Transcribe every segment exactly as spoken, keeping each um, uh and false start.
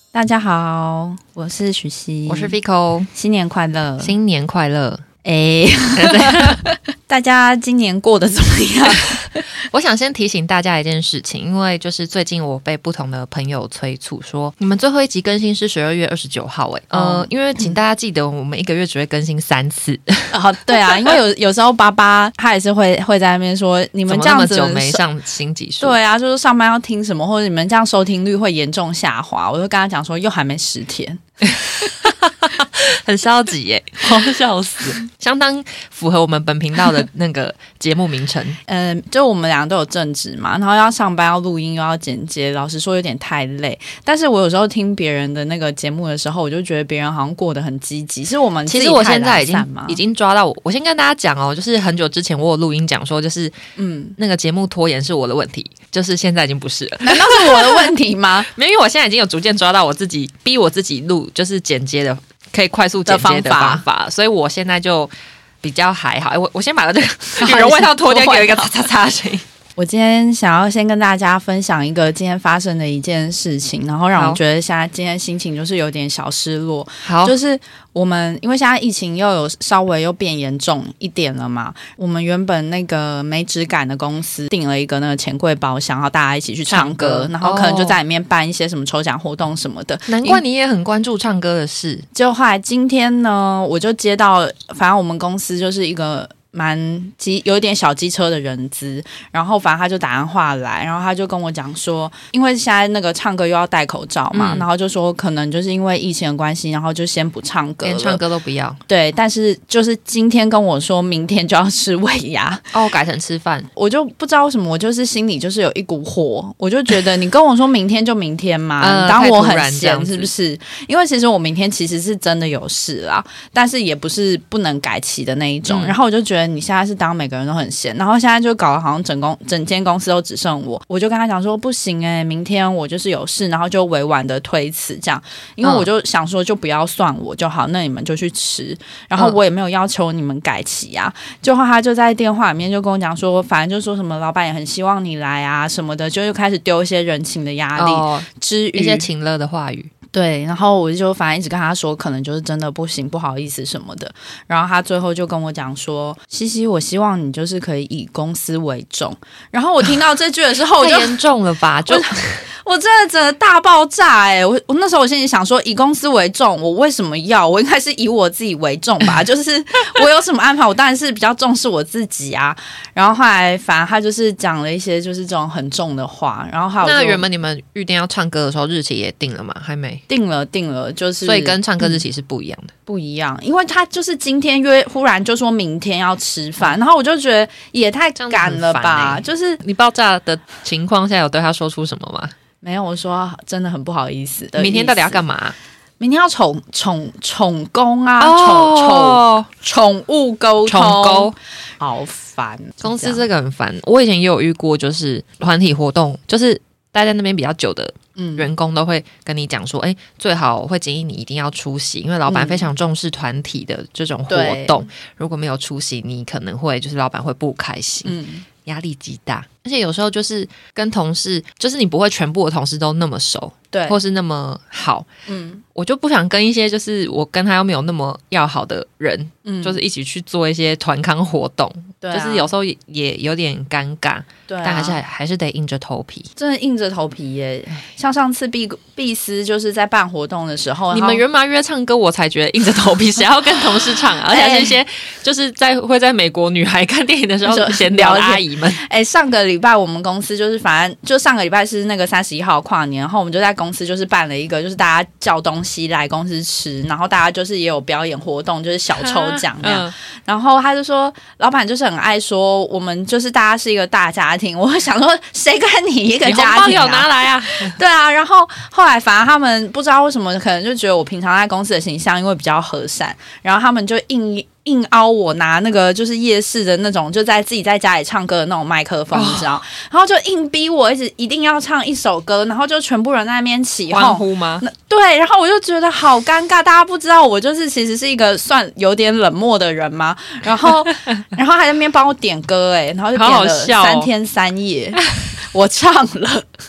大家好，我是许熙， 我是 Vico， 新年快乐， 新年快乐！ 哎、大家今年过得怎么样？ 我想先提醒大家一件事情，因为就是最近我被不同的朋友催促说，你们最后一集更新是十二月二十九号，哎、欸，呃，因为请大家记得，我们一个月只会更新三次。 哦，对啊，因为有有时候爸爸他也是会会在那边说，你们这样子怎么那么久没上新集数？ 对啊，就是上班要听什么，或者你们这样收听率会严重下滑。我就跟他讲说，又还没十天。 很消极耶，好笑死，相当符合我们本频道的那个节目名称。 嗯、呃，就我们俩都有正职嘛，然后要上班要录音又要剪接，老实说有点太累。但是我有时候听别人的那个节目的时候，我就觉得别人好像过得很积极，是我们自己其实我现在已经经已经抓到我，我先跟大家讲哦，就是很久之前我有录音讲说，就是嗯，那个节目拖延是我的问题，就是现在已经不是了。 难道是我的问题吗？ 没有，因为我现在已经有逐渐抓到我自己逼我自己录，就是剪接的。可以快速剪接的方法，所以我现在就比较还好。我我先把这个羽绒外套脱掉，给我一个擦擦擦的声音。 我今天想要先跟大家分享一个今天发生的一件事情，然后让我觉得现在今天心情就是有点小失落。 好， 就是我们因为现在疫情又有稍微又变严重一点了嘛，我们原本那个没质感的公司订了一个那个钱柜包厢，然后大家一起去唱歌，然后可能就在里面办一些什么抽奖活动什么的。 难怪你也很关注唱歌的事。 就后来今天呢，我就接到，反正我们公司就是一个。蛮机有一点小机车的人资，然后反正他就打电话来，然后他就跟我讲说，因为现在那个唱歌又要戴口罩嘛，嗯、然后就说可能就是因为疫情的关系，然后就先不唱歌了， 连唱歌都不要。对， 但是就是今天跟我说明天就要吃尾牙哦，改成吃饭， 我就不知道为什么，我就是心里就是有一股火，我就觉得你跟我说明天就明天嘛，呃、当我很闲是不是？因为其实我明天其实是真的有事啦，但是也不是不能改期的那一种，嗯、然后我就觉得。你现在是当每个人都很闲，然后现在就搞得好像整公整间公司都只剩我，我就跟他讲说不行哎、欸，明天我就是有事，然后就委婉的推辞这样，因为我就想说就不要算我就好，那你们就去吃，然后我也没有要求你们改期啊。最后他就在电话里面就跟我讲说，反正就说什么老板也很希望你来啊什么的，就又开始丢一些人情的压力， 哦、 之余一些情勒的话语。 对，然后我就反正一直跟他说，可能就是真的不行，不好意思什么的。然后他最后就跟我讲说：“西西，我希望你就是可以以公司为重。”然后我听到这句的时候，我就太严重了吧？就我, 我真的整个大爆炸哎、欸！我我那时候我心里想说，以公司为重，我为什么要？我应该是以我自己为重吧？就是我有什么安排，我当然是比较重视我自己啊。然后后来反正他就是讲了一些就是这种很重的话，然后还有那原本你们预定要唱歌的时候，日期也定了吗？还没。 定了定了，就是所以跟唱歌日期是不一样的、嗯， 不一样，因为他就是今天约，忽然就说明天要吃饭，然后我就觉得也太赶了吧，欸、就是你爆炸的情况下有对他说出什么吗？ 没有，我说真的很不好意思的意思。 明天到底要干嘛？ 明天要宠宠宠公啊，宠宠宠物沟通， 宠沟好烦， 公司这个很烦。我以前也有遇过，就是团体活动，就是待在那边比较久的。嗯，员工都会跟你讲说，哎、欸，最好会建议你一定要出席，因为老板非常重视团体的这种活动、嗯。如果没有出席，你可能会就是老板会不开心，嗯，压力极大。而且有时候就是跟同事，就是你不会全部的同事都那么熟，对，或是那么好，嗯，我就不想跟一些就是我跟他又没有那么要好的人，嗯，就是一起去做一些团康活动，对、啊，就是有时候 也, 也有点尴尬，对、啊，但还是还是得硬着头皮， 真的硬着头皮耶。像上次毕毕斯就是在办活动的时候， 你们原本约唱歌，我才觉得硬着头皮，谁要跟同事唱啊？而且是一些就是在会在美国女孩看电影的时候闲聊的阿姨们。 哎、欸，上个礼拜我们公司就是反正就上个礼拜是那个三十一号跨年，然后我们就在公司就是办了一个，就是大家叫东西来公司吃，然后大家就是也有表演活动，就是小抽奖那样、嗯。然后他就说，老板就是很爱说我们就是大家是一个大家庭。我想说，谁跟你一个家庭、啊？ 你红包有拿来啊？ 对啊。然后后来反正他们不知道为什么，可能就觉得我平常在公司的形象因为比较和善，然后他们就硬。硬凹我拿那个就是夜市的那种，就在自己在家里唱歌的那种麦克风，你知道？然后就硬逼我一直一定要唱一首歌，然后就全部人在那边起哄欢呼吗？ 对，然后我就觉得好尴尬，大家不知道我就是其实是一个算有点冷漠的人嘛。然后，然后还在那边帮我点歌、欸，哎，然后就点了三天三夜，好好笑哦、我唱了。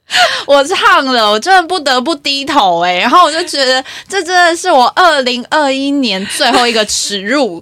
我唱了，我真的不得不低头哎、欸，然后我就觉得这真的是我二零二一年最后一个耻辱，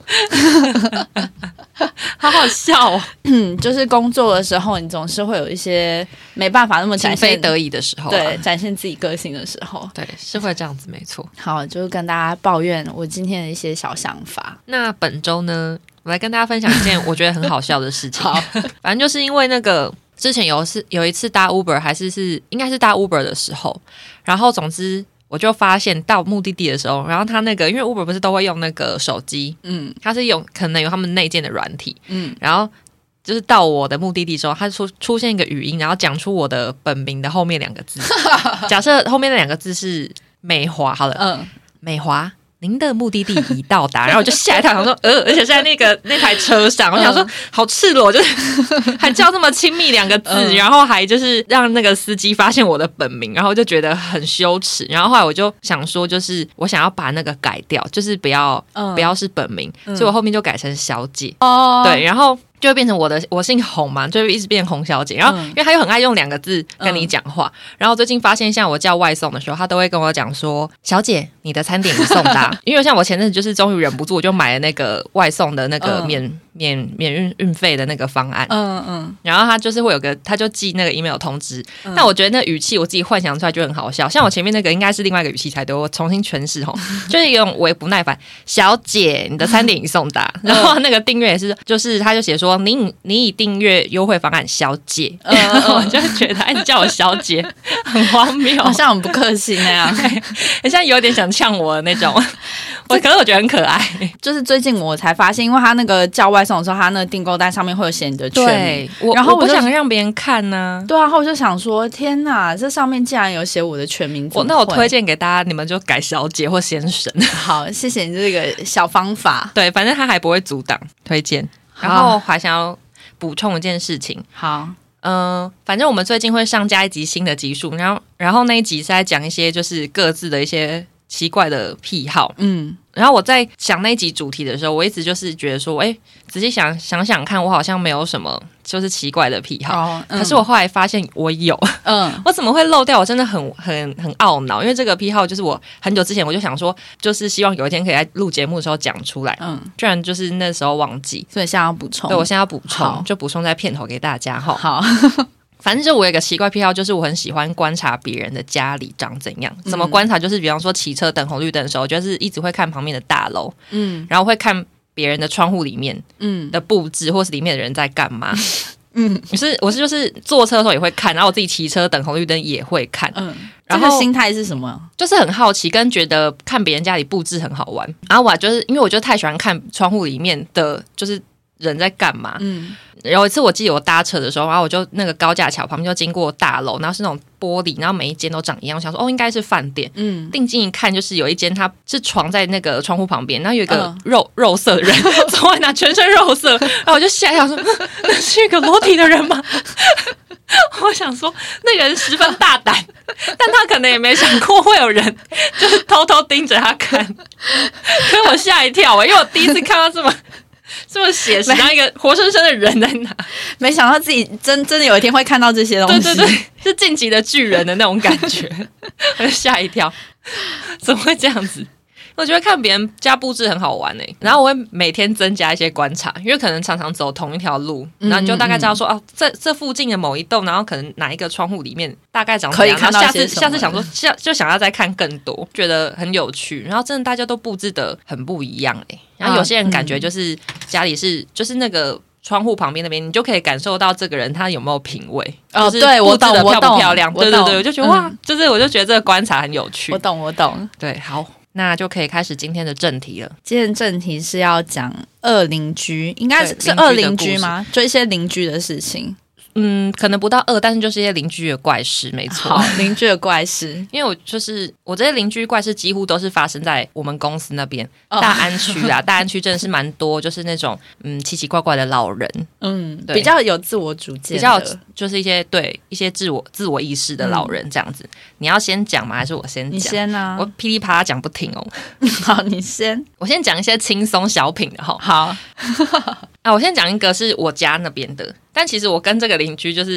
好好笑哦。 嗯，就是工作的时候，你总是会有一些没办法那么展现情非得已的时候、啊， 对，展现自己个性的时候， 对，是会这样子，没错。 好，就是跟大家抱怨我今天的一些小想法。 那本周呢，我来跟大家分享一件我觉得很好笑的事情。好，反正就是因为那个。之前有一次有一次搭 Uber 还是是应该是搭 Uber 的时候，然后总之我就发现到目的地的时候，然后他那个因为 Uber 不是都会用那个手机，嗯，他是用可能有他们内建的软体，嗯，然后就是到我的目的地之后，他出出现一个语音，然后讲出我的本名的后面两个字，假设后面那两个字是美华，好了，嗯，美华。您的目的地已到达，然后我就吓一跳，想说，呃，而且是在那个那台车上，我想说，好赤裸，就是还叫这么亲密两个字，嗯、然后还就是让那个司机发现我的本名，然后就觉得很羞耻。然后后来我就想说，就是我想要把那个改掉，就是不要、嗯、不要是本名，嗯、所以我后面就改成小姐。哦，对，然后。就会变成我的，我姓洪嘛，就会一直变洪小姐。然后，因为他又很爱用两个字跟你讲话。嗯、然后最近发现，像我叫外送的时候，他都会跟我讲说：“小姐，你的餐点已送达。”因为像我前阵子就是终于忍不住，我就买了那个外送的那个免、嗯、免免运运费的那个方案。嗯嗯。然后他就是会有个，他就寄那个 email 通知。嗯、但我觉得那语气我自己幻想出来就很好笑。像我前面那个应该是另外一个语气才对，我重新诠释吼，就是有种我也不耐烦。小姐，你的餐点已送达。然后那个订阅也是，就是他就写说。你你已订阅优惠方案小姐，嗯、然后我就觉得他一直叫我小姐，很荒谬， 好像很不客气那样， 很像有点想呛我的那种。我可是我觉得很可爱， 就是最近我才发现，因为他那个叫外送的时候，他那个订购单上面会有写你的全名， 我然后我不想让别人看呢、啊。 对啊，然后我就想说，天哪，这上面竟然有写我的全名， 我那我推荐给大家，你们就改小姐或先生。 好，谢谢你这个小方法。 对，反正他还不会阻挡推荐。然后还想要补充一件事情， 好， 嗯、呃，反正我们最近会上架一集新的集数，然后然后那一集是在讲一些就是各自的一些奇怪的癖好，嗯，然后我在想那一集主题的时候，我一直就是觉得说，哎，仔细想想想看，我好像没有什么就是奇怪的癖好，哦嗯、可是我后来发现我有，嗯，我怎么会漏掉？我真的很很很懊恼，因为这个癖好就是我很久之前我就想说，就是希望有一天可以在录节目的时候讲出来，嗯，居然就是那时候忘记， 所以现在要补充， 对我现在要补充，就补充在片头给大家哈。 好。 反正就我有一个奇怪癖好，就是我很喜欢观察别人的家里长怎样。怎么观察？就是比方说骑车等红绿灯的时候，就是一直会看旁边的大楼，嗯，然后会看别人的窗户里面，嗯的布置，或是里面的人在干嘛。嗯，是我是就是坐车的时候也会看，然后我自己骑车等红绿灯也会看。嗯， 然后这个心态是什么？ 就是很好奇，跟觉得看别人家里布置很好玩。然后我就是因为我就太喜欢看窗户里面的，就是人在干嘛。嗯。有一次我记得我搭车的时候，然后我就那个高架桥旁边就经过大楼，然后是那种玻璃，然后每一间都长一样。我想说哦，应该是饭店。嗯，定睛一看，就是有一间它是床在那个窗户旁边，然后有一个肉、嗯、肉色的人走在那，全身肉色，然后我就吓一跳说，那是一个裸体的人吗？我想说那个人十分大胆，但他可能也没想过会有人就是偷偷盯着他看，所以我吓一跳，因为我第一次看到这么。这么写实，然后一个活生生的人在哪？ 没想到自己真真的有一天会看到这些东西， 对对对，是晋级的巨人的那种感觉，我就吓一跳，怎么会这样子？我觉得看别人家布置很好玩欸，然后我会每天增加一些观察，因为可能常常走同一条路，然后你就大概知道说，嗯嗯哦，这这附近的某一栋，然后可能哪一个窗户里面大概长怎样， 可以看到下次下次想说下就想要再看更多，觉得很有趣，然后真的大家都布置的很不一样欸，然后有些人感觉就是家里是就是那个。窗户旁边那边，你就可以感受到这个人他有没有品味。 哦， 就是、 对我懂， 我懂， 漂不漂亮？对对对，我就觉得、嗯、哇，就是我就觉得这个观察很有趣。 我懂，我懂。 对，好，那就可以开始今天的正题了。 今天正题是要讲恶邻居，应该是是恶邻居吗？就一些邻居的事情。 嗯，可能不到恶，但是就是一些邻居的怪事，没错。 邻居的怪事， 因为我就是我这些邻居怪事几乎都是发生在我们公司那边、哦、大安区啊，大安区真的是蛮多，就是那种嗯奇奇怪怪的老人， 嗯，比较有自我主见的， 比较就是一些对一些自我自我意识的老人这样子。嗯、你要先讲吗？还是我先讲？ 你先啊， 我噼里啪啦讲不停哦。 好，你先， 我先讲一些轻松小品的哈。 好。 啊，我先讲一个是我家那边的，但其实我跟这个邻居就是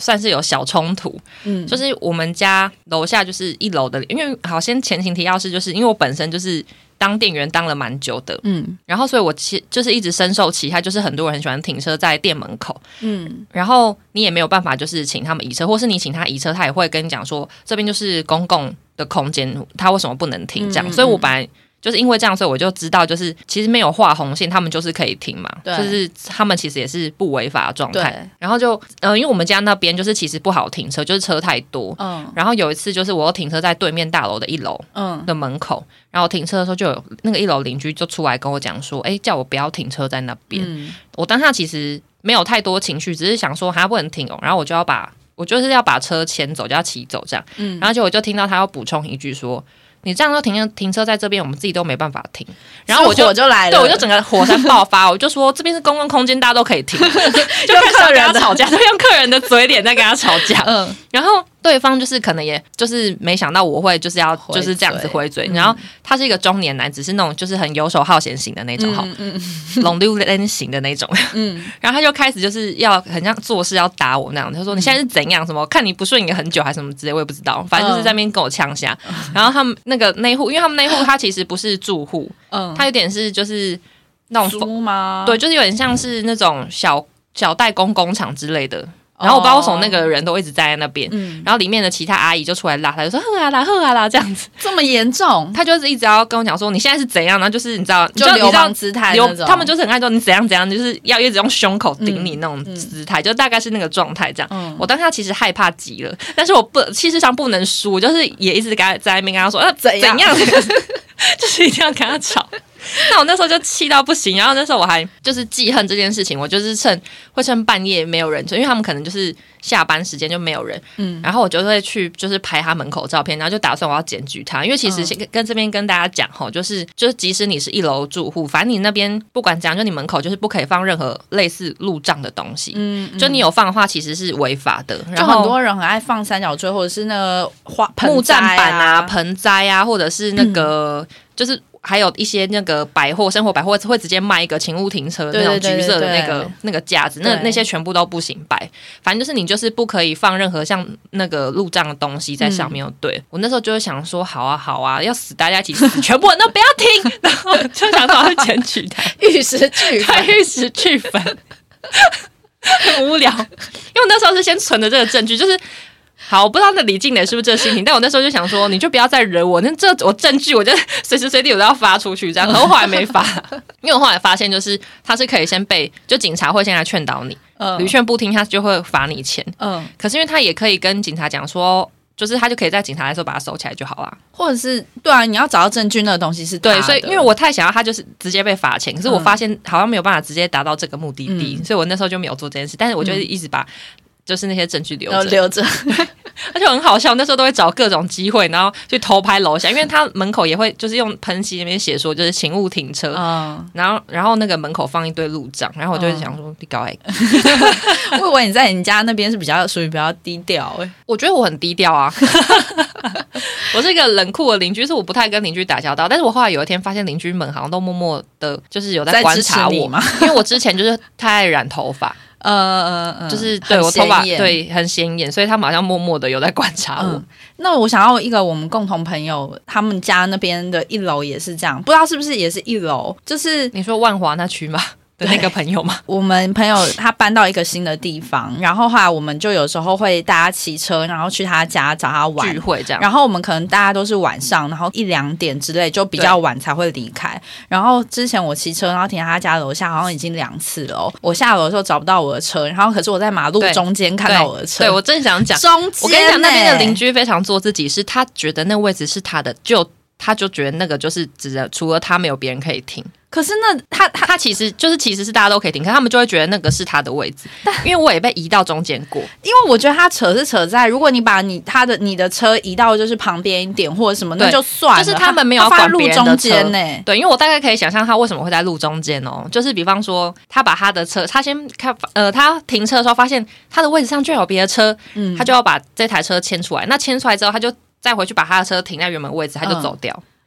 算是有小冲突，嗯，就是我们家楼下就是一楼的，因为好先前情提要是，就是因为我本身就是当店员当了蛮久的，嗯，然后所以我其就是一直深受其害，就是很多人很喜欢停车在店门口，嗯，然后你也没有办法就是请他们移车，或是你请他移车，他也会跟你讲说这边就是公共的空间，他为什么不能停这样，嗯，所以我本来。就是因为这样，所以我就知道，就是其实没有画红线，他们就是可以停嘛。就是他们其实也是不违法的状态。然后就呃，因为我们家那边就是其实不好停车，就是车太多。嗯。然后有一次就是我又停车在对面大楼的一楼的门口，嗯，然后停车的时候就有那个一楼邻居就出来跟我讲说，哎，叫我不要停车在那边。嗯。我当下其实没有太多情绪，只是想说还不能停哦，然后我就要把我就是要把车牵走，就要骑走这样。嗯。然后就我就听到他要补充一句说。你这样都停停车在这边，我们自己都没办法停。然后我就火就来了， 对，我就整个火山爆发，我就说这边是公共空间，大家都可以停，就跟客人吵架，就用客人的嘴脸在跟他吵架。嗯，然后对方就是可能也就是没想到我会就是要就是这样子回嘴，然后他是一个中年男子，是那种就是很游手好闲型的那种，哈，嗯嗯，龙溜人型的那种，嗯，然后他就开始就是要很像做事要打我那样，他说你现在是怎样，什么看你不顺眼很久还是什么之类，我也不知道，反正就是在那边跟我呛下，然后他们。那个内户，因为他们内户他其实不是住户，嗯，他有点是就是那种租吗？ 对，就是有点像是那种小小代工工厂之类的。然后我不知道为什么那个人都一直站在那边，嗯，然后里面的其他阿姨就出来拉他，就说喝啊啦喝啊啦这样子， 这么严重？ 他就是一直要跟我讲说你现在是怎样，然后就是你知道就流氓姿态那种， 他们就是很爱说你怎样怎样，就是要一直用胸口顶你那种姿态，嗯嗯，就大概是那个状态这样。嗯，我当下其实害怕极了，但是我不气势上不能输，我就是也一直跟他在那边跟他说啊怎样，怎样就是一定要跟他吵。那我那时候就气到不行，然后那时候我还就是记恨这件事情，我就是趁会趁半夜没有人，因为他们可能就是下班时间就没有人，嗯，然后我就会去就是拍他门口照片，然后就打算我要检举他，因为其实跟跟这边跟大家讲吼，就是就是即使你是一楼住户，反正你那边不管怎样，就你门口就是不可以放任何类似路障的东西，嗯，嗯，就你有放的话其实是违法的。然后就很多人很爱放三角锥或者是那个花木栈板啊、盆栽啊，或者是那个、嗯、就是。还有一些那个百货、生活百货会直接卖一个请勿停车那种橘色的那个对对对对那个架子，那那些全部都不行摆。反正就是你就是不可以放任何像那个路障的东西在上面。嗯、对我那时候就会想说，好啊好啊，要死大家一起死，全部人都不要停。然后就想说要检举他， 玉石俱焚， 玉石俱焚，很无聊。因为我那时候是先存的这个证据，就是。好，我不知道那李静蕾是不是这心情，但我那时候就想说，你就不要再惹我，那这我证据，我就随时随地我都要发出去，这样。然后后来没发，因为我后来发现，就是他是可以先被，就警察会先来劝导你，嗯，屡劝不听，他就会罚你钱，嗯。可是因为他也可以跟警察讲说，就是他就可以在警察来的时候把他收起来就好了， 或者是对啊，你要找到证据那个东西是他的对，所以因为我太想要他就是直接被罚钱，可是我发现好像没有办法直接达到这个目的地，嗯、所以我那时候就没有做这件事，但是我就一直把。就是那些证据留着， 留着， 而且很好笑。那时候都会找各种机会，然后去偷拍楼下，因为他门口也会就是用喷漆那边写说，就是请勿停车。嗯，然后然后那个门口放一堆路障，然后我就会想说，嗯、你搞哎， 我以为你在你家那边是比较属于比较低调哎、欸， 我觉得我很低调啊。我是一个冷酷的邻居，是我不太跟邻居打交道。但是我后来有一天发现邻居们好像都默默的，就是有在观察我嘛，因为我之前就是太爱染头发。呃呃呃，就是对我头发对很显眼，所以他们好像默默的有在观察我。嗯、 那我想要一个我们共同朋友，他们家那边的一楼也是这样，不知道是不是也是一楼？就是你说万华那区吗？的那个朋友吗？ 我们朋友他搬到一个新的地方，然后后来我们就有时候会大家骑车，然后去他家找他玩聚会这样。 然后我们可能大家都是晚上，然后一两点之类就比较晚才会离开。然后之前我骑车，然后停在他家楼下，好像已经两次了、哦。我下楼的时候找不到我的车，然后可是我在马路中间看到我的车。 对，对我正想讲， 中间、欸、 我跟你讲，那边的邻居非常做自己，是他觉得那位置是他的，就他就觉得那个就是指的，除了他没有别人可以停。 可是那他他他其实就是其实是大家都可以停，可是他们就会觉得那个是他的位置。因为我也被移到中间过， 因为我觉得他扯是扯在，如果你把你他的你的车移到就是旁边一点或者什么，那就算了。 就是他们没有管别人的车呢、欸。 对，因为我大概可以想象他为什么会在路中间哦，就是比方说他把他的车，他先看呃他停车的时候发现他的位置上居然有别的车，嗯，他就要把这台车牵出来。那牵出来之后，他就再回去把他的车停在原本位置，他就走掉。嗯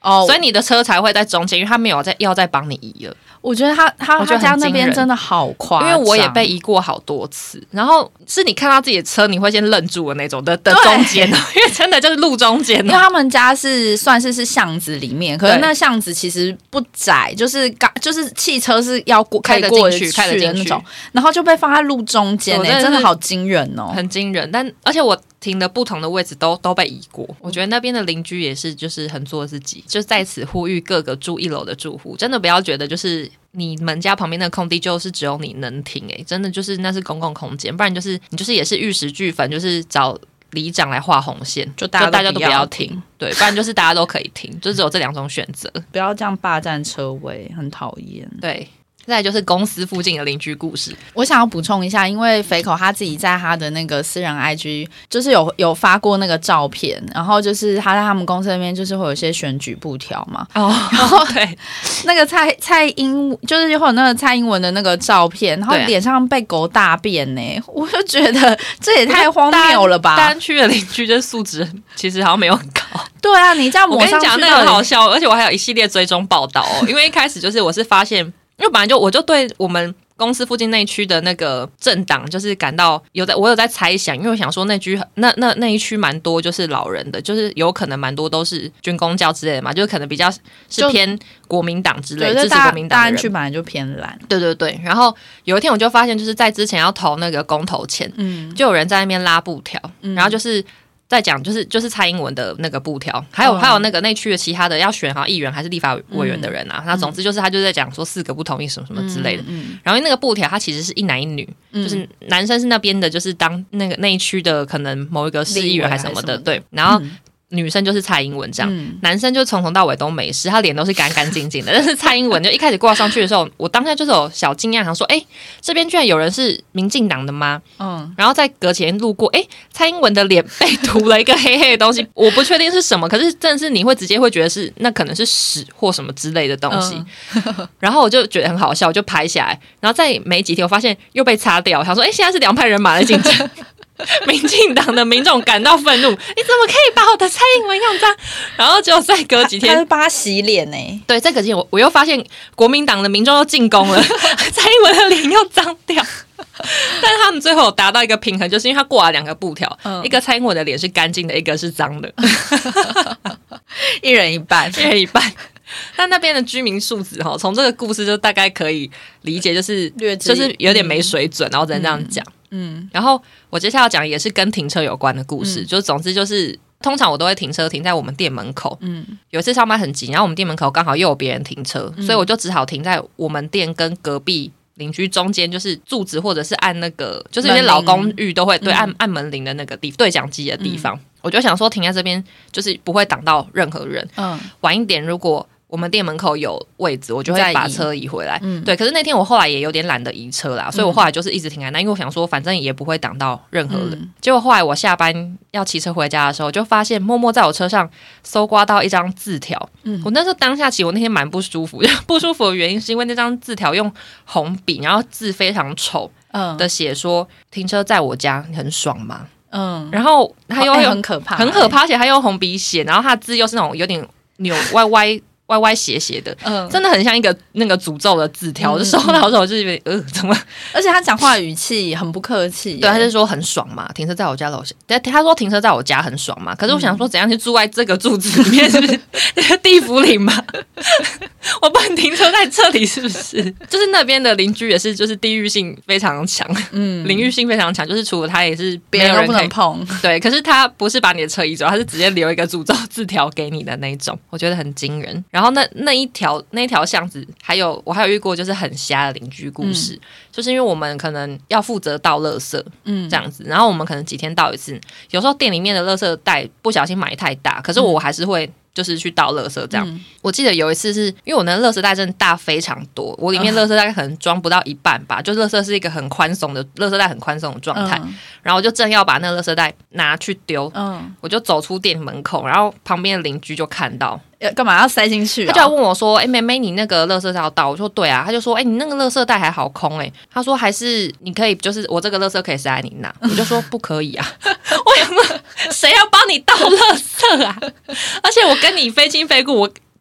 哦，所以你的车才会在中间，因为他没有在要再帮你移了。 我觉得他他他家那边真的好夸张， 因为我也被移过好多次，然后是你看到自己的车你会先愣住的那种的的中间，因为真的就是路中间。 因为他们家是算是是巷子里面，可是那巷子其实不窄，就是就是汽车是要过开得过进去，开得进去那种， 然后就被放在路中间，哎，真的好惊人哦， 很惊人。但而且我停的不同的位置都都被移过，我觉得那边的邻居也是就是很做自己，就在此呼吁各个住一楼的住户，真的不要觉得就是你们家旁边那个空地就是只有你能停，哎、欸，真的就是那是公共空间，不然就是你就是也是玉石俱焚，就是找里长来画红线，就大家 都, 大家都不要停，对，不然就是大家都可以停，就只有这两种选择， 不要这样霸占车位，很讨厌， 对。再来就是公司附近的邻居故事， 我想要补充一下，因为肥口他自己在他的那个私人 I G 就是有有发过那个照片，然后就是他在他们公司那边就是会有一些选举布条嘛，哦，然后对，那个蔡蔡英就是会有那个蔡英文的那个照片，然后脸上被狗大便呢、欸，我就觉得这也太荒谬了吧！ 单区的邻居的素质其实好像没有很高。 对啊，你这样抹上去， 我跟你讲那个很好笑，而且我还有一系列追踪报道哦，因为一开始就是我是发现。因为本来就我就对我们公司附近那一区的那个政党就是感到有在我有在猜想，因为我想说那区那那那一区蛮多就是老人的，就是有可能蛮多都是军公教之类的嘛，就是可能比较是偏国民党之类的，支持国民党的人。大安区本来就偏蓝， 对对对。然后有一天我就发现，就是在之前要投那个公投前，嗯，就有人在那边拉布条，嗯、然后就是。在讲就是就是蔡英文的那个布条，还有、哦、还有那个内区的其他的要选好议员还是立法委员的人啊，那、嗯、总之就是他就在讲说四个不同意什么什么之类的，嗯嗯、然后那个布条他其实是一男一女，嗯、就是男生是那边的，就是当那个内区的可能某一个市议员还是什么的，什么的对，然后。嗯女生就是蔡英文这样，嗯、男生就从头到尾都没事，他脸都是干干净净的。但是蔡英文就一开始挂上去的时候，我当下就是有小惊讶，想说：“哎、欸，这边居然有人是民进党的吗？”嗯，然后在隔前路过，哎、欸，蔡英文的脸被涂了一个黑黑的东西，我不确定是什么，可是真的是你会直接会觉得是那可能是屎或什么之类的东西。嗯、然后我就觉得很好笑，我就拍下来，然后再没几天，我发现又被擦掉，我想说：“哎、欸，现在是两派人马在竞争。”民进党的民众感到愤怒，你怎么可以把我的蔡英文用这样？然后就再隔几天， 他是帮他洗脸呢、欸。 对，再隔几天我我又发现国民党的民众又进攻了，蔡英文的脸又脏掉。但是他们最后有达到一个平衡，就是因为他挂了两个布条，嗯、一个蔡英文的脸是干净的，一个是脏的， 一人一半， 一人一半。但那边的居民素质哈，从这个故事就大概可以理解，就是就是有点没水准，嗯、然后只能这样讲。嗯，然后我接下来要讲也是跟停车有关的故事，嗯、就总之就是通常我都会停车停在我们店门口。嗯，有一次上班很急，然后我们店门口刚好又有别人停车，嗯、所以我就只好停在我们店跟隔壁邻居中间，就是柱子或者是按那个就是有些老公寓都会对按、嗯、按门铃的那个地对讲机的地方，嗯、我就想说停在这边就是不会挡到任何人。嗯，晚一点如果我们店门口有位置，我就会把车移回来。嗯，对。可是那天我后来也有点懒得移车啦，所以我后来就是一直停在那，因为我想说，反正也不会挡到任何人。嗯、结果后来我下班要骑车回家的时候，就发现默默在我车上搜刮到一张字条。嗯，我那时候当下其实我那天蛮不舒服，不舒服的原因是因为那张字条用红笔，然后字非常丑的写说：“停车在我家，你很爽吗？”嗯，然后他又、欸、 很可怕， 很可怕，而且他用红笔写，然后他的字又是那种有点扭歪歪。歪歪斜斜的，嗯，真的很像一个那个诅咒的字条。我就收到的时候，我就以为，呃，怎么？ 而且他讲话的语气很不客气。 对，他就说很爽嘛，停车在我家楼下。他说停车在我家很爽嘛。可是我想说，怎样去住在这个柱子里面？是不是地府里嘛？我不能停车在这里，是不是？就是那边的邻居也是，就是地域性非常强，嗯，领域性非常强。就是除了他，也是别人都不能碰。 对，可是他不是把你的车移走，他是直接留一个诅咒字条给你的那一种，我觉得很惊人。然后那那一条那一条巷子，还有我还有遇过就是很瞎的邻居故事，嗯、就是因为我们可能要负责倒垃圾，嗯，这样子，然后我们可能几天倒一次，有时候店里面的垃圾袋不小心买太大，可是我还是会。就是去倒垃圾这样，嗯、我记得有一次是因为我那垃圾袋真的大非常多，我里面垃圾袋可能装不到一半吧，嗯、就垃圾是一个很宽松的垃圾袋，很宽松的状态。嗯、然后我就正要把那个垃圾袋拿去丢，嗯、我就走出店门口，然后旁边的邻居就看到。 干嘛要塞进去、啊？ 他就要问我说：“哎、欸，妹妹，你那个垃圾袋要倒？”我说：“对啊。”他就说：“哎、欸，你那个垃圾袋还好空哎、欸。”他说：“还是你可以，就是我这个垃圾可以塞在你那。”我就说：“不可以啊！我想说，谁要帮你倒垃圾啊？而且我跟你非亲非故，我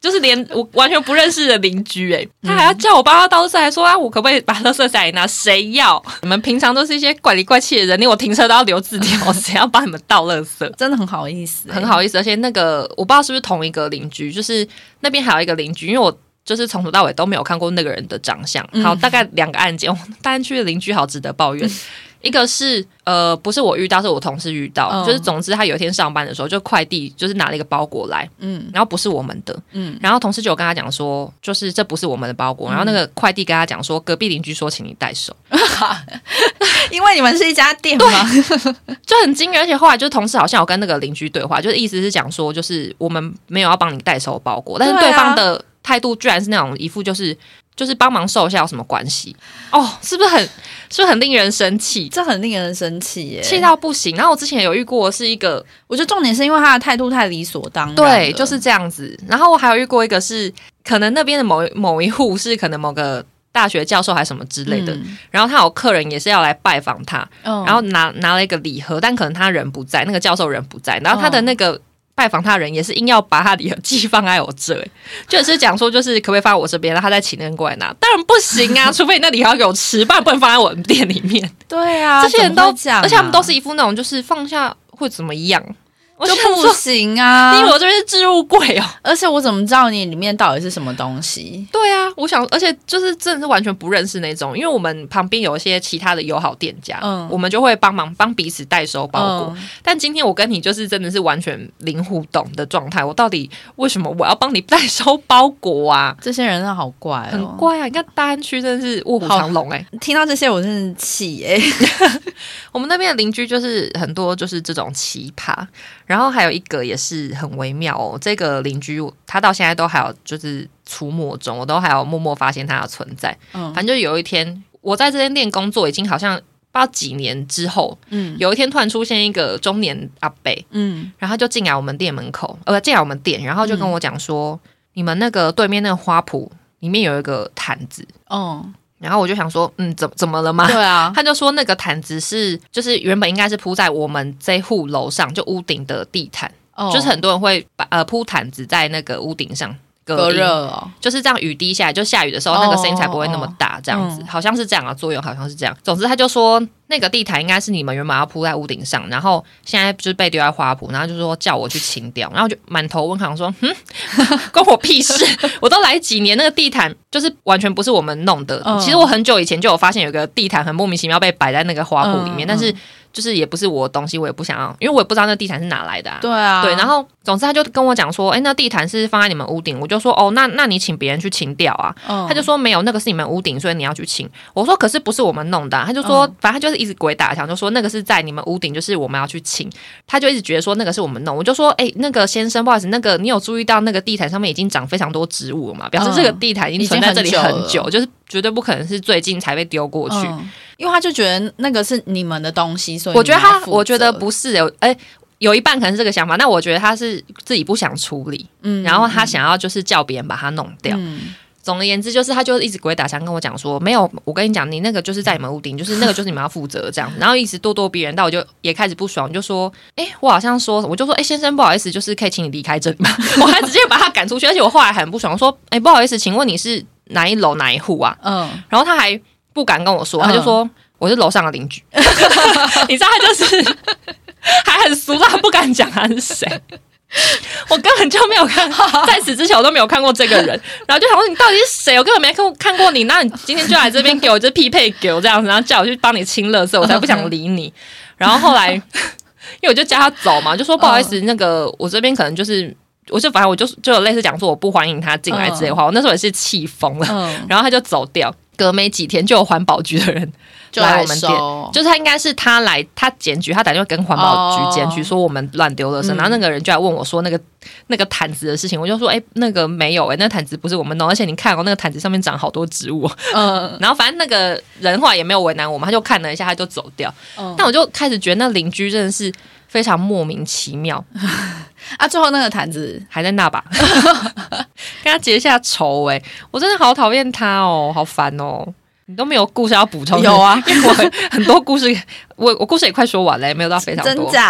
就是连我完全不认识的邻居哎、欸，他还要叫我帮他倒垃圾，还说啊，我可不可以把垃圾袋拿？谁要？你们平常都是一些怪里怪气的人，连我停车都要留字条，谁要帮你们倒垃圾？ 真的很好意思、欸， 很好意思。而且那个我不知道是不是同一个邻居，就是那边还有一个邻居，因为我就是从头到尾都没有看过那个人的长相。好，大概两个案件，哦、大安区的邻居好值得抱怨。一个是呃，不是我遇到，是我同事遇到。嗯、就是总之，他有一天上班的时候，就快递就是拿了一个包裹来，嗯，然后不是我们的，嗯，然后同事就有跟他讲说，就是这不是我们的包裹，嗯、然后那个快递跟他讲说，隔壁邻居说，请你代收， 因为你们是一家店嘛， 就很惊人。而且后来就是同事好像有跟那个邻居对话，就是意思是讲说，就是我们没有要帮你代收包裹，但是对方的态度居然是那种一副就是。就是帮忙收一下有什么关系哦？是不是很是不是很令人生气？ 这很令人生气耶， 气到不行。然后我之前有遇过是一个， 我觉得重点是因为他的态度太理所当然， 对，就是这样子。然后我还有遇过一个是，可能那边的某某一户是可能某个大学教授还是什么之类的，嗯、然后他有客人也是要来拜访他，嗯、然后拿拿了一个礼盒，但可能他人不在，那个教授人不在，然后他的那个。嗯拜访他的人也是硬要把他的礼盒寄放在我这、欸，就是讲说就是可不可以放在我这边，然后他再请人过来拿，当然不行啊，除非你那礼盒要给我吃，不然不能放在我的店里面。 对啊， 这些人都讲、啊， 而且他们都是一副那种就是放下会怎么样。 就不行啊！ 你以为我这边是置物柜哦？ 而且我怎么知道你里面到底是什么东西？ 对啊，我想，而且就是真的是完全不认识那种，因为我们旁边有一些其他的友好店家，嗯，我们就会帮忙帮彼此代收包裹。嗯、但今天我跟你就是真的是完全零互动的状态，我到底为什么我要帮你代收包裹啊？ 这些人真的好怪、哦， 很怪啊！你看大安区真的是卧虎藏龙哎、欸， 听到这些我真的气哎、欸。 我们那边的邻居就是很多就是这种奇葩。然后还有一个也是很微妙哦，这个邻居他到现在都还有就是出没中，我都还有默默发现他的存在。嗯，反正就有一天我在这间店工作，已经好像不知道几年之后，嗯，有一天突然出现一个中年阿伯，嗯，然后他就进来我们店门口，呃，进来我们店，然后就跟我讲说，嗯、你们那个对面那个花圃里面有一个毯子，哦。然后我就想说，嗯，怎怎么了吗？ 对啊， 他就说那个毯子是，就是原本应该是铺在我们这户楼上，就屋顶的地毯，哦、就是很多人会把呃铺毯子在那个屋顶上隔热哦， 就是这样雨滴下来，就下雨的时候、哦、那个声音才不会那么大，这样子、嗯、好像是这样啊，作用好像是这样。总之他就说那个地毯应该是你们原本要铺在屋顶上，然后现在就是被丢在花圃，然后就说叫我去清掉，然后就满头问号说，嗯，关我屁事！我都来几年，那个地毯就是完全不是我们弄的。嗯、其实我很久以前就有发现有个地毯很莫名其妙被摆在那个花圃里面，嗯、但是就是也不是我的东西，我也不想要，因为我也不知道那地毯是哪来的啊。 对啊， 对，然后总之他就跟我讲说，哎，那地毯是放在你们屋顶，我就说哦，那那你请别人去清掉啊。嗯、他就说没有，那个是你们屋顶，所以你要去清。我说可是不是我们弄的、啊，他就说、嗯、反正他就是一直鬼打墙，就说那个是在你们屋顶，就是我们要去清。他就一直觉得说那个是我们弄，我就说哎，那个先生，不好意思，那个你有注意到那个地毯上面已经长非常多植物了嘛？表示这个地毯已经存在这里很久，嗯、就是绝对不可能是最近才被丢过去。嗯因为他就觉得那个是你们的东西，所以我觉得他，我觉得不是哎、欸，有一半可能是这个想法，但我觉得他是自己不想处理，嗯，然后他想要就是叫别人把它弄掉。嗯、总而言之，就是他就一直鬼打墙跟我讲说，没有，我跟你讲，你那个就是在你们屋顶，就是那个就是你们要负责这样，然后一直咄咄逼人，到我就也开始不爽，就说，哎、欸，我好像说，我就说，哎、欸，先生，不好意思，就是可以请你离开这里吗？我还直接把他赶出去，而且我后来很不爽，我说，哎、欸，不好意思，请问你是哪一楼哪一户啊？嗯，然后他还不敢跟我说，他就说。嗯我是楼上的邻居，你知道他就是还很俗辣，不敢讲他是谁。我根本就没有看，在此之前我都没有看过这个人，然后就想说你到底是谁？我根本没看过看过你，那你今天就来这边给我就匹配给我这样子，然后叫我去帮你清垃圾，我才不想理你。然后后来，因为我就叫他走嘛，就说不好意思，那个我这边可能就是。我就反正我就就有类似讲说我不欢迎他进来之类的话，嗯、我那时候也是气疯了，嗯、然后他就走掉。隔没几天就有环保局的人来我们店，就是他应该是他来他检举，他打电话跟环保局检举说我们乱丢垃圾，哦、然后那个人就来问我说那个那个毯子的事情，我就说哎、欸、那个没有哎、欸，那个毯子不是我们弄，而且你看哦那个毯子上面长好多植物，嗯，然后反正那个人后来也没有为难我们，他就看了一下他就走掉，嗯、但我就开始觉得那邻居真的是非常莫名其妙。 啊，最后那个毯子还在那吧，跟他结下仇哎、欸！我真的好讨厌他哦，好烦哦！你都没有故事要补充？ 有啊， 因为我很多故事，我我故事也快说完了，没有到非常多。 真假？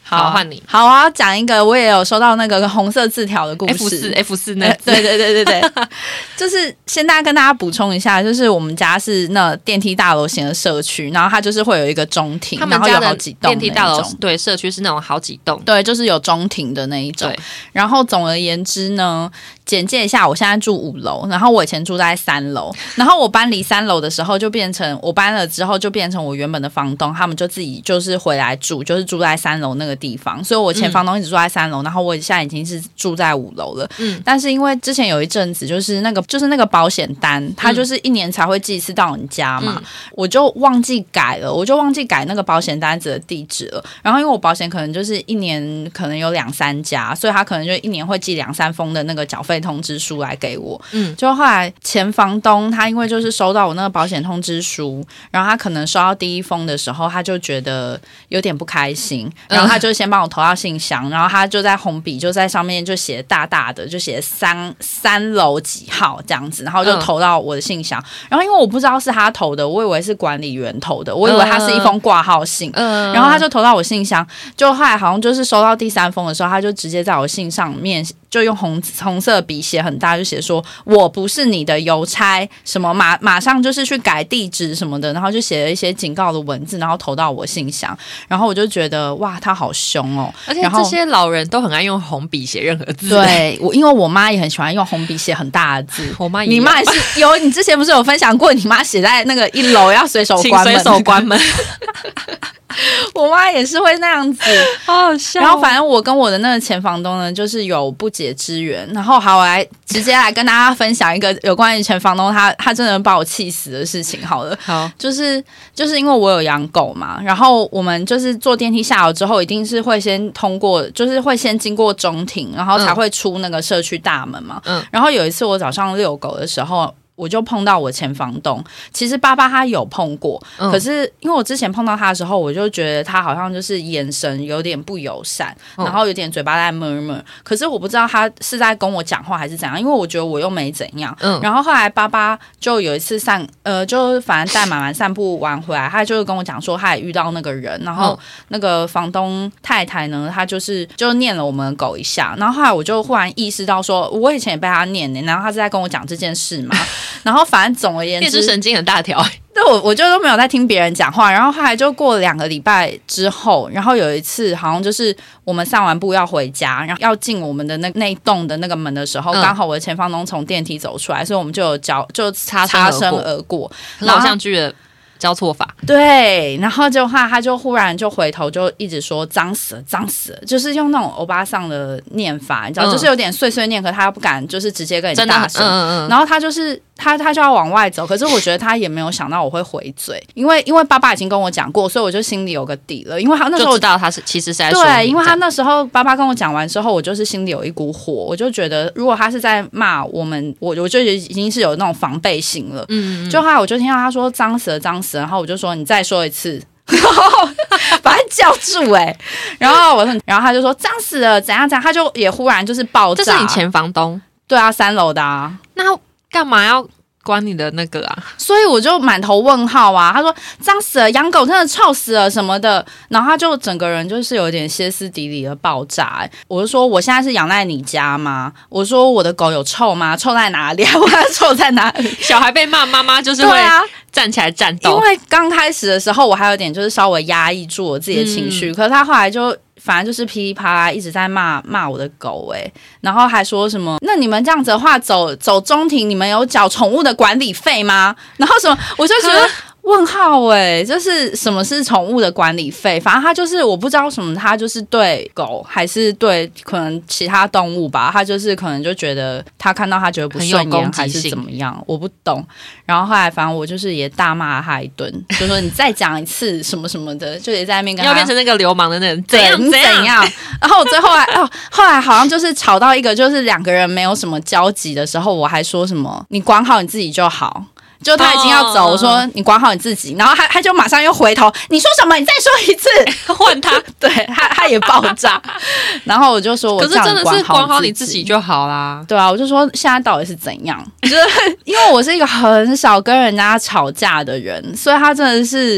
好，换你。 好，我要讲一个，我也有收到那个红色字条的故事。 F 四 F 四那、 呃、对对对对对，就是先大家跟大家补充一下，就是我们家是那电梯大楼型的社区，然后它就是会有一个中庭， 他们家的电梯大楼对社区是那种好几栋， 对，就是有中庭的那一种。然后总而言之呢，简介一下，我现在住五楼，然后我以前住在三楼，然后我搬离三楼的时候就变成我搬了之后就变成我原本的房东，他们就自己就是回来住，就是住在三楼那个地方，所以我前房东一直住在三楼、嗯、然后我现在已经是住在五楼了。嗯，但是因为之前有一阵子就是那个就是那个保险单，它就是一年才会寄一次到你家嘛、嗯，我就忘记改了，我就忘记改那个保险单子的地址了。然后因为我保险可能就是一年可能有两三家，所以他可能就一年会寄两三封的那个缴费通知书来给我。嗯，就后来前房东他因为就是收到我那个保险通知书，然后他可能收到第一封的时候，他就觉得有点不开心，然后他就先帮我投到信箱，然后他就在红笔就在上面就写大大的，就写三三楼几号这样子，然后就投到我的信箱。然后因为我不知道是他投的，我以为是管理员投的，我以为他是一封挂号信，然后他就投到我信箱。就后来好像就是收到第三封的时候，他就直接在我信上面就用红红色笔写很大，就写说我不是你的邮差，什么马马上就是去改地址什么的，然后就写了一些警告的文字，然后投到我信箱。然后我就觉得哇，他好凶哦！ 而且这些老人都很爱用红笔写任何字。 对，我因为我妈也很喜欢用红笔写很大的字。 我妈也， 你妈也是有？你之前不是有分享过，你妈写在那个一楼要随手关门， 请随手关门。 我妈也是会那样子， 好好笑。 然后反正我跟我的那个前房东呢，就是有不解之缘。然后好，我来直接来跟大家分享一个有关于前房东他他真的把我气死的事情。好了， 好， 就是就是因为我有养狗嘛，然后我们就是坐电梯下楼之后，一定是会先通过，就是会先经过中庭，然后才会出那个社区大门嘛。嗯。然后有一次我早上遛狗的时候，我就碰到我前房东，其实爸爸他有碰过、嗯、可是因为我之前碰到他的时候，我就觉得他好像就是眼神有点不友善、嗯、然后有点嘴巴在 murmur， 可是我不知道他是在跟我讲话还是怎样，因为我觉得我又没怎样、嗯、然后后来爸爸就有一次散呃，就反正带妈妈散步完回来，他就是跟我讲说他也遇到那个人，然后那个房东太太呢，他就是就念了我们的狗一下，然后后来我就忽然意识到说我以前也被他念呢，然后他是在跟我讲这件事嘛。然后反正总而言之， 也是神经很大条。 对，我我就都没有在听别人讲话。然后后来就过了两个礼拜之后，然后有一次好像就是我们散完步要回家，然后要进我们的那那栋的那个门的时候，刚、嗯、好我的前房东从电梯走出来，所以我们就有交就擦身而过， 偶像剧的交错法。 对，然后就他他就忽然就回头就一直说脏死了脏死了，就是用那种欧巴桑的念法，你知道、嗯、就是有点碎碎念，可他又不敢就是直接跟你大声、嗯嗯、然后他就是他他就要往外走，可是我觉得他也没有想到我会回嘴，因为因为爸爸已经跟我讲过，所以我就心里有个底了，因为他那时候就知道他是其实是在说对，因为他那时候爸爸跟我讲完之后，我就是心里有一股火，我就觉得如果他是在骂我们，我我就已经是有那种防备心了。嗯, 嗯，就后来我就听到他说脏死了脏死了，然后我就说你再说一次。然后把他叫住哎、欸，然后我，然后他就说脏死了怎样怎样，他就也忽然就是爆炸。 这是你前房东？ 对啊，三楼的啊。 那干嘛要关你的那个啊？ 所以我就满头问号啊。他说脏死了，养狗真的臭死了什么的，然后他就整个人就是有点歇斯底里的爆炸、欸。我就说我现在是养在你家吗？我说我的狗有臭吗？臭在哪里？我要臭在哪里？ 小孩被骂，妈妈就是会站起来战斗。 因为刚开始的时候，我还有点就是稍微压抑住我自己的情绪、嗯，可是他后来就反正就是噼里啪啦一直在骂骂我的狗哎、欸，然后还说什么那你们这样子的话走走中庭，你们有缴宠物的管理费吗？然后什么我就觉得。问号哎、欸，就是什么是宠物的管理费？反正他就是我不知道什么，他就是对狗还是对可能其他动物吧，他就是可能就觉得他看到他觉得不顺眼还是怎么样，我不懂。然后后来反正我就是也大骂他一顿，就说你再讲一次什么什么的，就也在那边跟他要变成那个流氓的那种怎样怎样。然后我最后来哦，后来好像就是吵到一个就是两个人没有什么交集的时候，我还说什么你管好你自己就好。就他已经要走，我说你管好你自己，然后他他就马上又回头，你说什么？你再说一次， 换他， 对他他也爆炸，然后我就说我这样可是真的是管好你自己就好啦， 对啊，我就说现在到底是怎样？就是因为我是一个很少跟人家吵架的人，所以他真的是。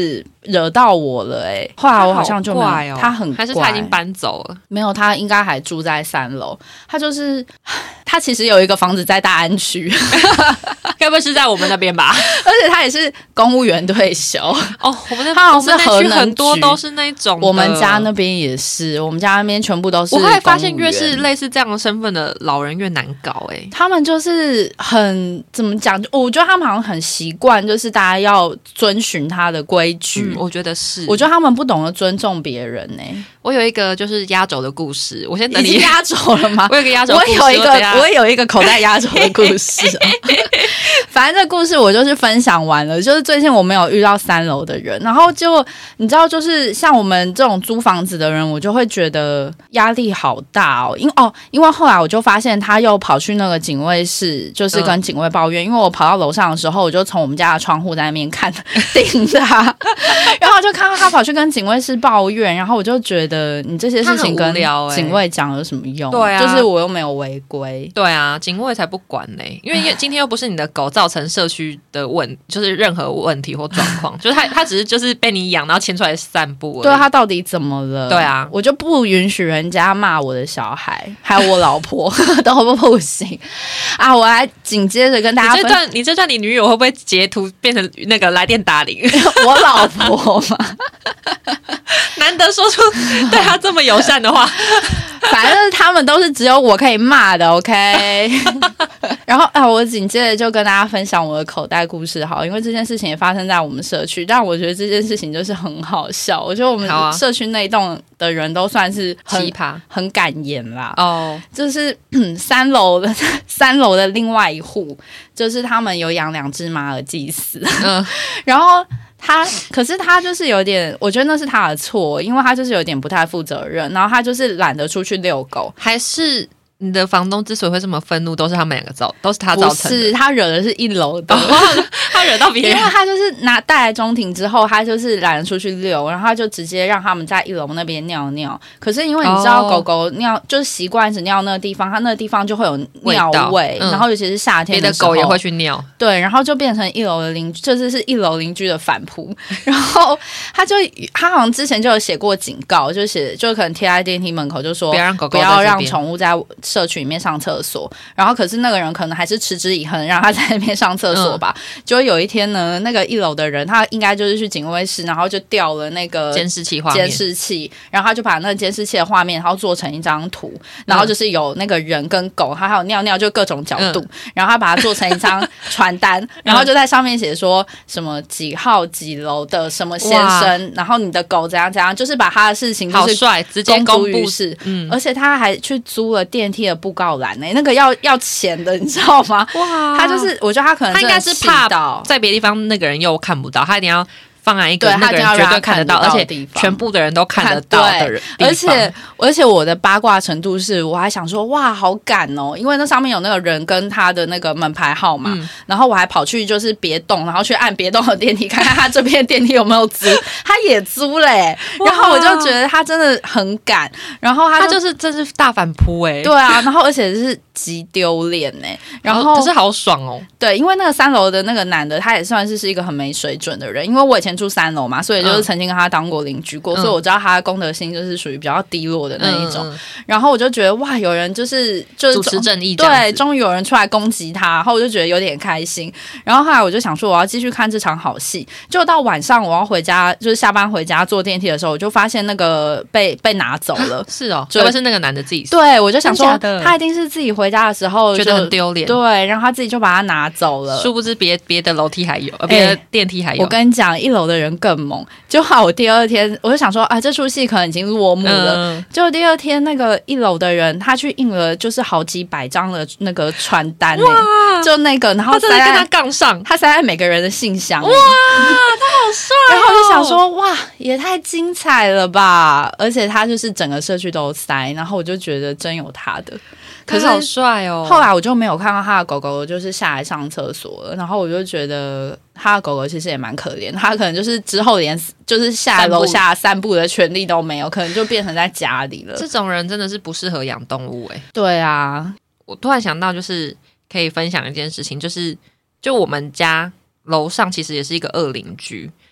惹到我了哎、欸。后来我好像就没有， 他好怪哦， 他很怪， 还是他已经搬走了？ 没有，他应该还住在三楼。他就是他其实有一个房子在大安区， 该不会是在我们那边吧？ 而且他也是公务员退休哦。我们那他好像是核能区， 很多都是那种的。 我们家那边也是，我们家那边全部都是。 我后来发现，越是类似这样的身份的老人越难搞哎、欸。 他们就是很怎么讲？我觉得他们好像很习惯，就是大家要遵循他的规矩、 嗯。我觉得是， 我觉得他们不懂得尊重别人呢、欸。 我有一个就是压轴的故事，我先等你。 已经压轴了吗？ 我有一个压轴的故事， 我有一个，我也有一个口袋压轴的故事、哦。反正这故事我就是分享完了，就是最近我没有遇到三楼的人，然后就你知道，就是像我们这种租房子的人，我就会觉得压力好大哦。因哦，因为后来我就发现他又跑去那个警卫室，就是跟警卫抱怨。嗯、因为我跑到楼上的时候，我就从我们家的窗户在那边看盯着他，然后就看到他跑去跟警卫室抱怨，然后我就觉得你这些事情跟警卫讲有什么用？ 对啊， 就是我又没有违规。 对啊，警卫才不管呢、欸，因为今天又不是你的狗造成社区的问，就是任何问题或状况，就是他他只是就是被你养，然后牵出来散步而已。 对，他到底怎么了？ 对啊， 我就不允许人家骂我的小孩，还有我老婆都不行啊！我还紧接着跟大家分， 你这段你这段你女友会不会截图变成那个来电打铃？ 我老婆嘛， 难得说出对他这么友善的话。 反正他们都是只有我可以骂的 ，OK 。然后啊，我紧接着就跟大家分享我的口袋故事，好，因为这件事情也发生在我们社区，但我觉得这件事情就是很好笑。我觉得我们社区那一栋的人都算是很奇葩、 很敢言啦。 哦， oh. 就是三楼的三楼的另外一户，就是他们有养两只马尔济斯，嗯，然后。他可是他就是有点，我觉得那是他的错，因为他就是有点不太负责任，然后他就是懒得出去遛狗。 还是你的房东之所以会这么愤怒，都是他们两个造，都是他造成的。 不是，他惹的是一楼的， 哦、他惹到别人， 因为他就是拿带来中庭之后，他就是懒得出去遛，然后他就直接让他们在一楼那边尿尿。可是因为你知道，狗狗尿、哦、就是习惯只尿那个地方，它那个地方就会有尿味，味嗯、然后尤其是夏天的时候， 别的狗也会去尿。 对，然后就变成一楼的邻居，这就是一楼邻居的反扑。然后他就他好像之前就有写过警告，就写就可能贴在电梯门口，就说不要让狗狗不要让宠物在社区里面上厕所。然后可是那个人可能还是持之以恒，让他在那边上厕所吧。嗯、就有一天呢，那个一楼的人他应该就是去警卫室，然后就调了那个监视器画面， 监视器，然后他就把那个监视器的画面，然后做成一张图，然后就是有那个人跟狗，他还有尿尿，就各种角度，嗯、然后他把它做成一张传单，然后就在上面写说什么几号几楼的什么先生，然后你的狗怎样怎样，就是把他的事情就是好帅，直接公布于世。嗯，而且他还去租了电梯的布告栏呢、欸，那个要要钱的，你知道吗？哇，他就是我觉得他可能他应该是怕在别的地方那个人又看不到，他一定要。放在一个那个人绝对看得到，而且全部的人都看得到的人， 而且而且我的八卦程度是，我还想说哇，好赶哦，因为那上面有那个人跟他的那个门牌号码，嗯、然后我还跑去就是别栋，然后去按别栋的电梯，看看他这边电梯有没有租，他也租嘞、欸，然后我就觉得他真的很赶，然后他就, 他就是真是大反扑哎、欸， 对啊，然后而且是极丢脸哎，然后可是好爽哦， 对，因为那个三楼的那个男的，他也算是是一个很没水准的人，因为我以前住三楼嘛，所以就是曾经跟他当过邻居过、嗯、所以我知道他的公德心就是属于比较低落的那一种、嗯嗯、然后我就觉得哇，有人就是就是主持正义， 对，终于有人出来攻击他，然后我就觉得有点开心，然后后来我就想说我要继续看这场好戏，就到晚上我要回家，就是下班回家坐电梯的时候，我就发现那个被被拿走了， 是哦，会不会是那个男的自己？ 对，我就想说他一定是自己回家的时候觉得很丢脸， 对，然后他自己就把他拿走了， 殊不知别别的楼梯还有，别的电梯还有、欸。 我跟你讲，一楼的人更猛。就好，我第二天我就想说啊，这出戏可能已经落幕了。嗯、就第二天那个一楼的人，他去印了就是好几百张的那个传单、欸，哇，就那个，然后塞在跟他杠上， 他塞在每个人的信箱、欸。 哇，他好帅、哦！ 然后我就想说，哇，也太精彩了吧！而且他就是整个社区都塞，然后我就觉得真有他的。 可是好帅哦！ 后来我就没有看到他的狗狗就是下来上厕所了，然后我就觉得他的狗狗其实也蛮可怜，他可能就是之后连就是下楼下散步的权利都没有，可能就变成在家里了。 这种人真的是不适合养动物哎、欸。 对啊， 我突然想到，就是可以分享一件事情，就是就我们家楼上其实也是一个恶邻居。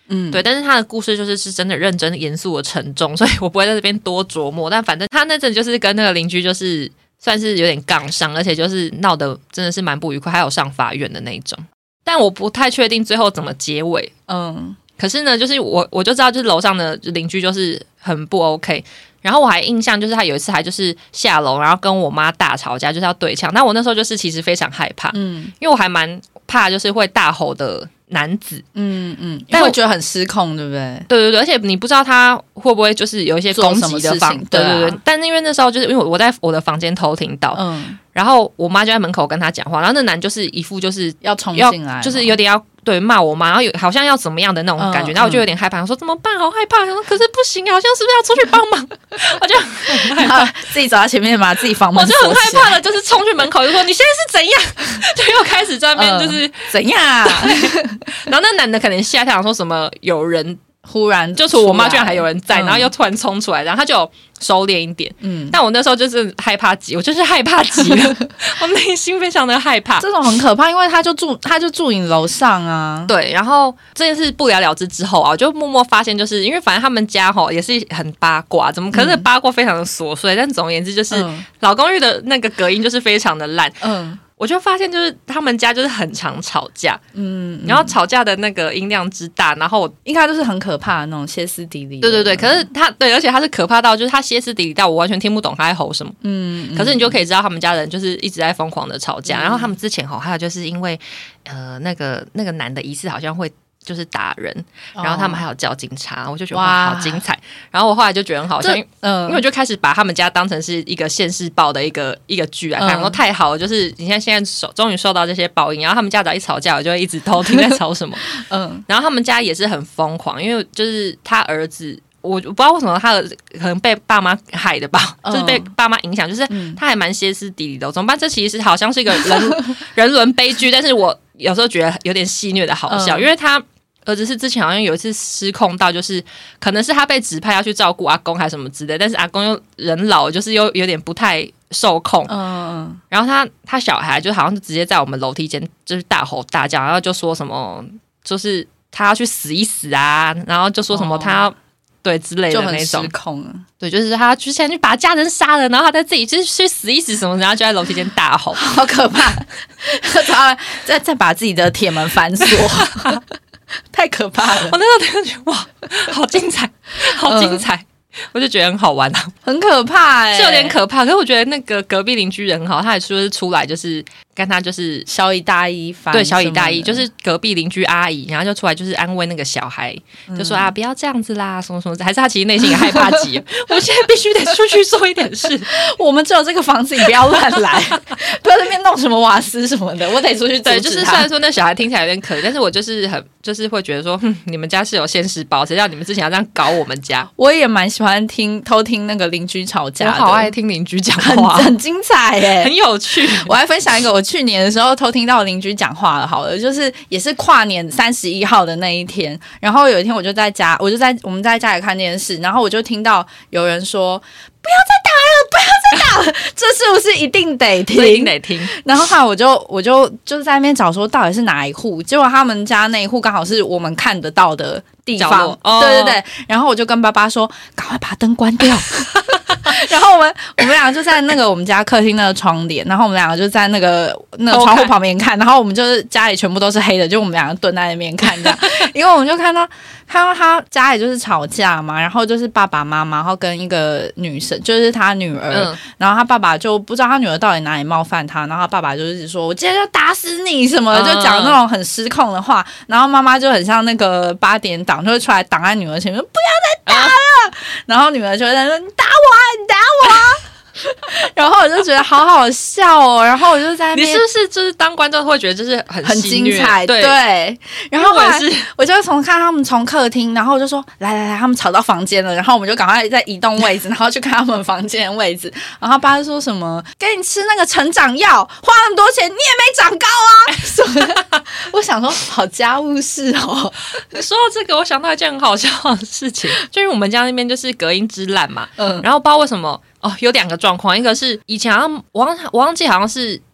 嗯，对，但是他的故事就是是真的认真严肃的沉重，所以我不会在这边多琢磨。但反正他那阵就是跟那个邻居就是算是有点杠上，而且就是闹得真的是蛮不愉快，还有上法院的那一种。但我不太确定最后怎么结尾。嗯，可是呢，就是我我就知道，就是楼上的邻居就是很不 OK。然后我还印象就是他有一次还就是下楼，然后跟我妈大吵架，就是要对呛。那我那时候就是其实非常害怕，嗯，因为我还蛮怕就是会大吼的男子， 嗯嗯，但我觉得很失控，对不对？ 对对对，而且你不知道他会不会就是有一些攻击的方，对对对。但因为那时候就是因为我在我的房间偷听到，嗯，然后我妈就在门口跟他讲话，然后那男就是一副就是要冲进来， 就是有点要对骂我妈，然后有好像要怎么样的那种感觉，嗯、然后我就有点害怕，我说怎么办？好害怕，我说可是不行，好像是不是要出去帮忙？我就很害怕， 自己走到前面把自己房门锁起来， 我就很害怕的，就是冲去门口就说你现在是怎样？就又开始在那边就是、 呃、怎样？ 然后那男的可能吓，他想说什么有人。 忽然就除我妈居然还有人在、嗯、然后又突然冲出来，然后他就收敛一点，嗯，但我那时候就是害怕极，我就是害怕极了我内心非常的害怕， 这种很可怕，因为他就住他就住你楼上啊， 对，然后这件事不了了之之后啊，我就默默发现，就是因为反正他们家齁也是很八卦，怎么可是八卦非常的琐碎、嗯、但总而言之就是、嗯、老公寓的那个隔音就是非常的烂，嗯，我就发现就是他们家就是很常吵架，嗯，然后吵架的那个音量之大，然后应该都是很可怕的那种歇斯底里。 对对对，可是他对，而且他是可怕到就是他歇斯底里到我完全听不懂他在吼什么，嗯，可是你就可以知道他们家人就是一直在疯狂的吵架，嗯、然后他们之前吼还有就是因为呃那个那个男的疑似好像会。就是打人，然后他们还有叫警察，哦、我就觉得哇好精彩。然后我后来就觉得很好笑，嗯，因为我就开始把他们家当成是一个现世报的一个一个剧来看，然后、嗯、太好了，就是你看现在受终于受到这些报应。然后他们家只要一吵架，我就会一直偷听在吵什么，嗯。然后他们家也是很疯狂，因为就是他儿子。我不知道为什么他可能被爸妈害的吧，嗯、就是被爸妈影响，就是他还蛮歇斯底里的。怎么办？这其实好像是一个人人伦悲剧，但是我有时候觉得有点戏谑的好笑，嗯、因为他儿子是之前好像有一次失控到，就是可能是他被指派要去照顾阿公还是什么之类，但是阿公又人老，就是又有点不太受控。嗯，然后他他小孩就好像是直接在我们楼梯间就是大吼大叫，然后就说什么就是他要去死一死啊，然后就说什么他要。哦对之类的那种， 就很失控了。 对，就是他之前去把家人杀了，然后他再自己去去死一死什么，然后就在楼梯间大吼， 好可怕！他再再把自己的铁门反锁，太可怕了。 我那时候觉得哇，好精彩，好精彩。嗯我就觉得很好玩啊， 很可怕哎、欸， 是有点可怕。可是我觉得那个隔壁邻居人很好，他也说是出来就是跟他就是小以大义， 对，小以大义就是隔壁邻居阿姨，然后就出来就是安慰那个小孩，嗯、就说啊不要这样子啦，什么什么，还是他其实内心也害怕极了。我现在必须得出去做一点事， 我们只有这个房子，你不要乱来，不要在那边弄什么瓦斯什么的，我得出去阻止他。 对，就是虽然说那小孩听起来有点可怜，但是我就是很就是会觉得说，哼，你们家是有现世报，谁叫你们之前要这样搞我们家？ 我也蛮喜欢。听偷听那个邻居吵架的， 我好爱听邻居讲话， 很, 很精彩耶， 很有趣。 我还分享一个我去年的时候偷听到邻居讲话了，好了，就是也是跨年三十一号的那一天，然后有一天我就在家，我就在我们在家里看电视，然后我就听到有人说不要再打了，不要再打了，这是不是一定得听？ 一定得听。然后后来我就我就就是在那边找说到底是哪一户，结果他们家那一户刚好是我们看得到的地方，哦、对对对。然后我就跟爸爸说，赶快把灯关掉。然后我们我们两个就在那个我们家客厅那个窗帘，然后我们两个就在那个那个窗户旁边看，然后我们就是家里全部都是黑的，就我们两个蹲在那边看这样，因为我们就看到看到他家里就是吵架嘛，然后就是爸爸妈妈，然后跟一个女生，就是他女儿，嗯、然后他爸爸就不知道他女儿到底哪里冒犯他，然后他爸爸就是说我今天要打死你什么的，就讲那种很失控的话，然后妈妈就很像那个八点档，就会出来挡在女儿前面，不要再打了，嗯、然后女儿就会在那说你打我啊，你打我啊。然后我就觉得好好笑哦，然后我就在那边， 你是不是就是当观众会觉得就是很很精彩？对， 对然后后来我就从看他们从客厅，然后我就说来来来，他们吵到房间了，然后我们就赶快再移动位置，然后去看他们房间的位置。然后他爸就说什么给你吃那个成长药，花那么多钱你也没长高啊什么的。我想说好家务事哦。 说到这个，我想到一件很好笑的事情，就是我们家那边就是隔音之烂嘛，嗯，然后不知道为什么。哦，有两个状况，一个是以前好像我忘我忘记好像是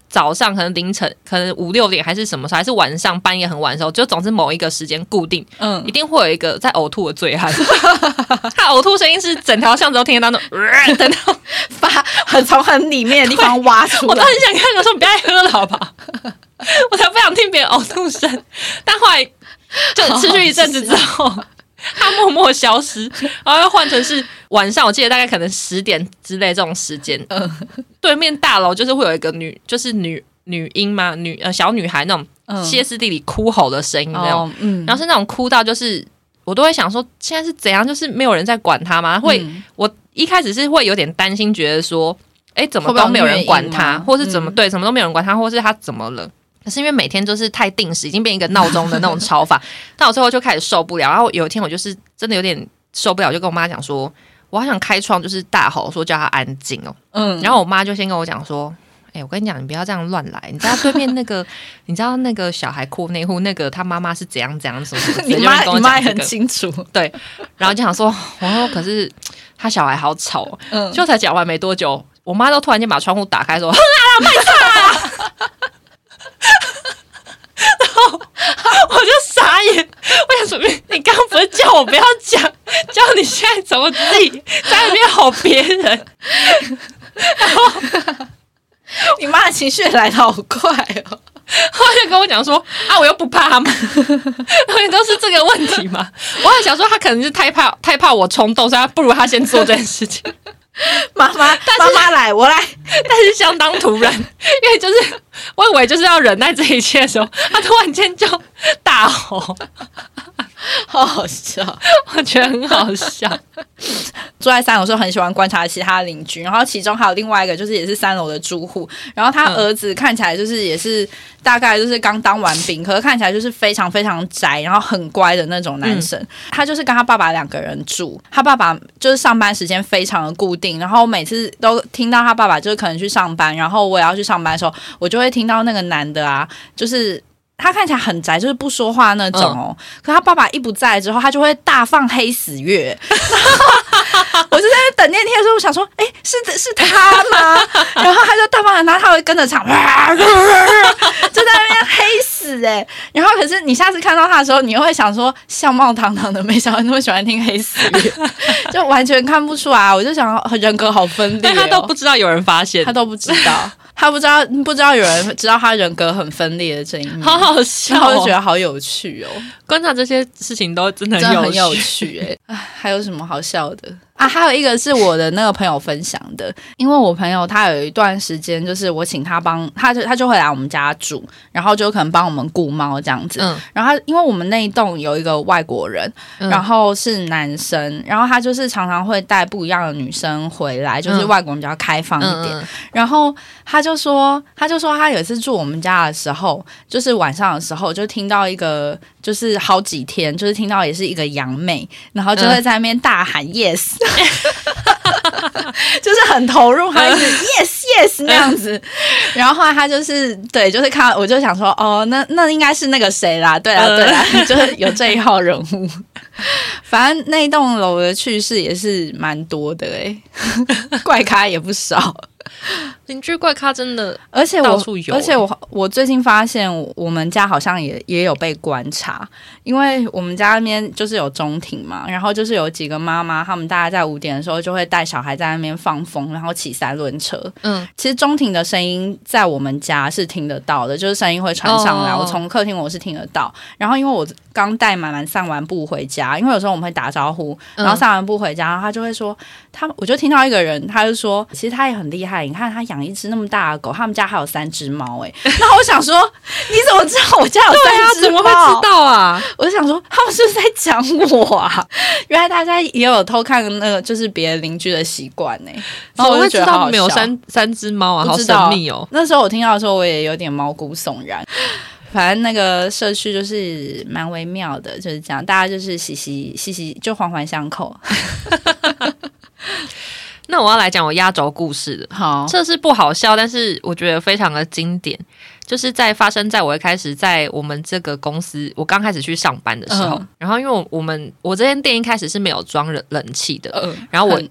早上可能凌晨可能五六点还是什么时候，还是晚上半夜很晚的时候，就总之某一个时间固定，嗯，一定会有一个在呕吐的醉汉，他呕吐声音是整条巷子都听得到那种，呃、等到发很从很里面的地方挖出来。 我都很想看，我说不要再喝了好吧，我才不想听别人呕吐声。但后来就持续一阵子之后。他默默消失，然后又换成是晚上，我记得大概可能十点之类这种时间。嗯，对面大楼就是会有一个女，就是女女婴嘛，女呃小女孩那种歇斯底里哭吼的声音那种，嗯，然后是那种哭到就是我都会想说现在是怎样，就是没有人在管她吗？会、嗯、我一开始是会有点担心，觉得说，哎，怎么都没有人管她，或是怎么、嗯、对，怎么都没有人管她，或是她怎么了？可是因为每天就是太定时，已经变一个闹钟的那种吵法，但我最后就开始受不了。然后有一天我就是真的有点受不了，就跟我妈讲说，我好想开窗，就是大吼说叫她安静哦。嗯，然后我妈就先跟我讲说，哎、欸，我跟你讲，你不要这样乱来。你知道对面那个，你知道那个小孩哭那户，那个他妈妈是怎样怎样什么什么， 你妈你妈也很清楚， 对。然后就想说，我说可是他小孩好吵、哦，嗯，就才讲完没多久，我妈都突然间把窗户打开说，哼啊，卖菜啊！然后我就傻眼，我想说你刚刚不是叫我不要讲，叫你现在怎么自己在那边吼别人？然后你妈的情绪来得好快哦， 后来就跟我讲说啊，我又不怕他们，因为都是这个问题嘛。我还想说他可能是太怕太怕我冲动，所以他不如他先做这件事情。 妈妈，妈妈来，我来， 但是相当突然，因为就是我以为就是要忍耐这一切的时候，他突然间就大吼， 好好笑， 我觉得很好笑。 住在三楼的时候很喜欢观察其他邻居，然后其中还有另外一个就是也是三楼的住户，然后他儿子看起来就是也是大概就是刚当完兵，可是看起来就是非常非常宅，然后很乖的那种男生、嗯、他就是跟他爸爸两个人住，他爸爸就是上班时间非常的固定，然后每次都听到他爸爸就是可能去上班，然后我也要去上班的时候，我就会听到那个男的啊，就是他看起来很宅，就是不说话那种哦、嗯。可他爸爸一不在之后，他就会大放黑死乐。我就在那边等电梯的时候，我想说，哎、欸，是是他吗？然后他就大放，然后他会跟着唱，就在那边黑死哎、欸。然后可是你下次看到他的时候，你又会想说，相貌堂堂的，没想到那么喜欢听黑死乐，就完全看不出来。我就想，人格好分裂、哦， 但他都不知道有人发现， 他都不知道。他不知道，不知道有人知道他人格很分裂的这一面， 好好笑、哦， 然后就觉得好有趣哦。 观察这些事情都真的很有趣，真的很有趣哎、欸。还有什么好笑的啊？还有一个是我的那个朋友分享的，因为我朋友他有一段时间就是我请他帮他就他就会来我们家住，然后就可能帮我们顾猫这样子。嗯、然后他因为我们那一栋有一个外国人，嗯、然后是男生，然后他就是常常会带不一样的女生回来，就是外国人比较开放一点。嗯、然后他就说，他就说他有一次住我们家的时候，就是晚上的时候就听到一个，就是好几天，就是听到也是一个洋妹，然后就会在那边大喊 yes。就是很投入，他一直 yes yes 那样子，然后后来他就是对，就是看我就想说，哦，那那应该是那个谁啦，对啦对啦，就是有这一号人物。反正那一栋楼的趣事也是蛮多的哎、欸，怪咖也不少。 邻居怪咖真的， 而且我到处有、欸， 而且我我最近发现我们家好像也也有被观察，因为我们家那边就是有中庭嘛，然后就是有几个妈妈，他们大概在五点的时候就会带小孩在那边放风，然后骑三轮车。嗯，其实中庭的声音在我们家是听得到的，就是声音会传上来，哦、我从客厅我是听得到。然后因为我刚带满满散完步回家，因为有时候我们会打招呼，然后散完步回家，然后他就会说，他我就听到一个人，他就说，其实他也很厉害。你看他养一只那么大的狗，他们家还有三只猫哎、欸。然后我想说，你怎么知道我家有三只猫？ 对啊，怎么会知道啊？ 我就想说，他们是不是在讲我啊？原来大家也有偷看那个就是别的邻居的习惯呢。然后我就觉得好好笑， 怎么会知道没有三三只猫啊？好神秘哦！ 那时候我听到的时候，我也有点毛骨悚然。反正那个社区就是蛮微妙的，就是这样，大家就是息息息息，就环环相扣。 那我要来讲我压轴故事了。好，这是不好笑，但是我觉得非常的经典。就是在发生在我一开始在我们这个公司，我刚开始去上班的时候，嗯、然后因为我我们我这间店一开始是没有装冷冷气的，嗯、然后我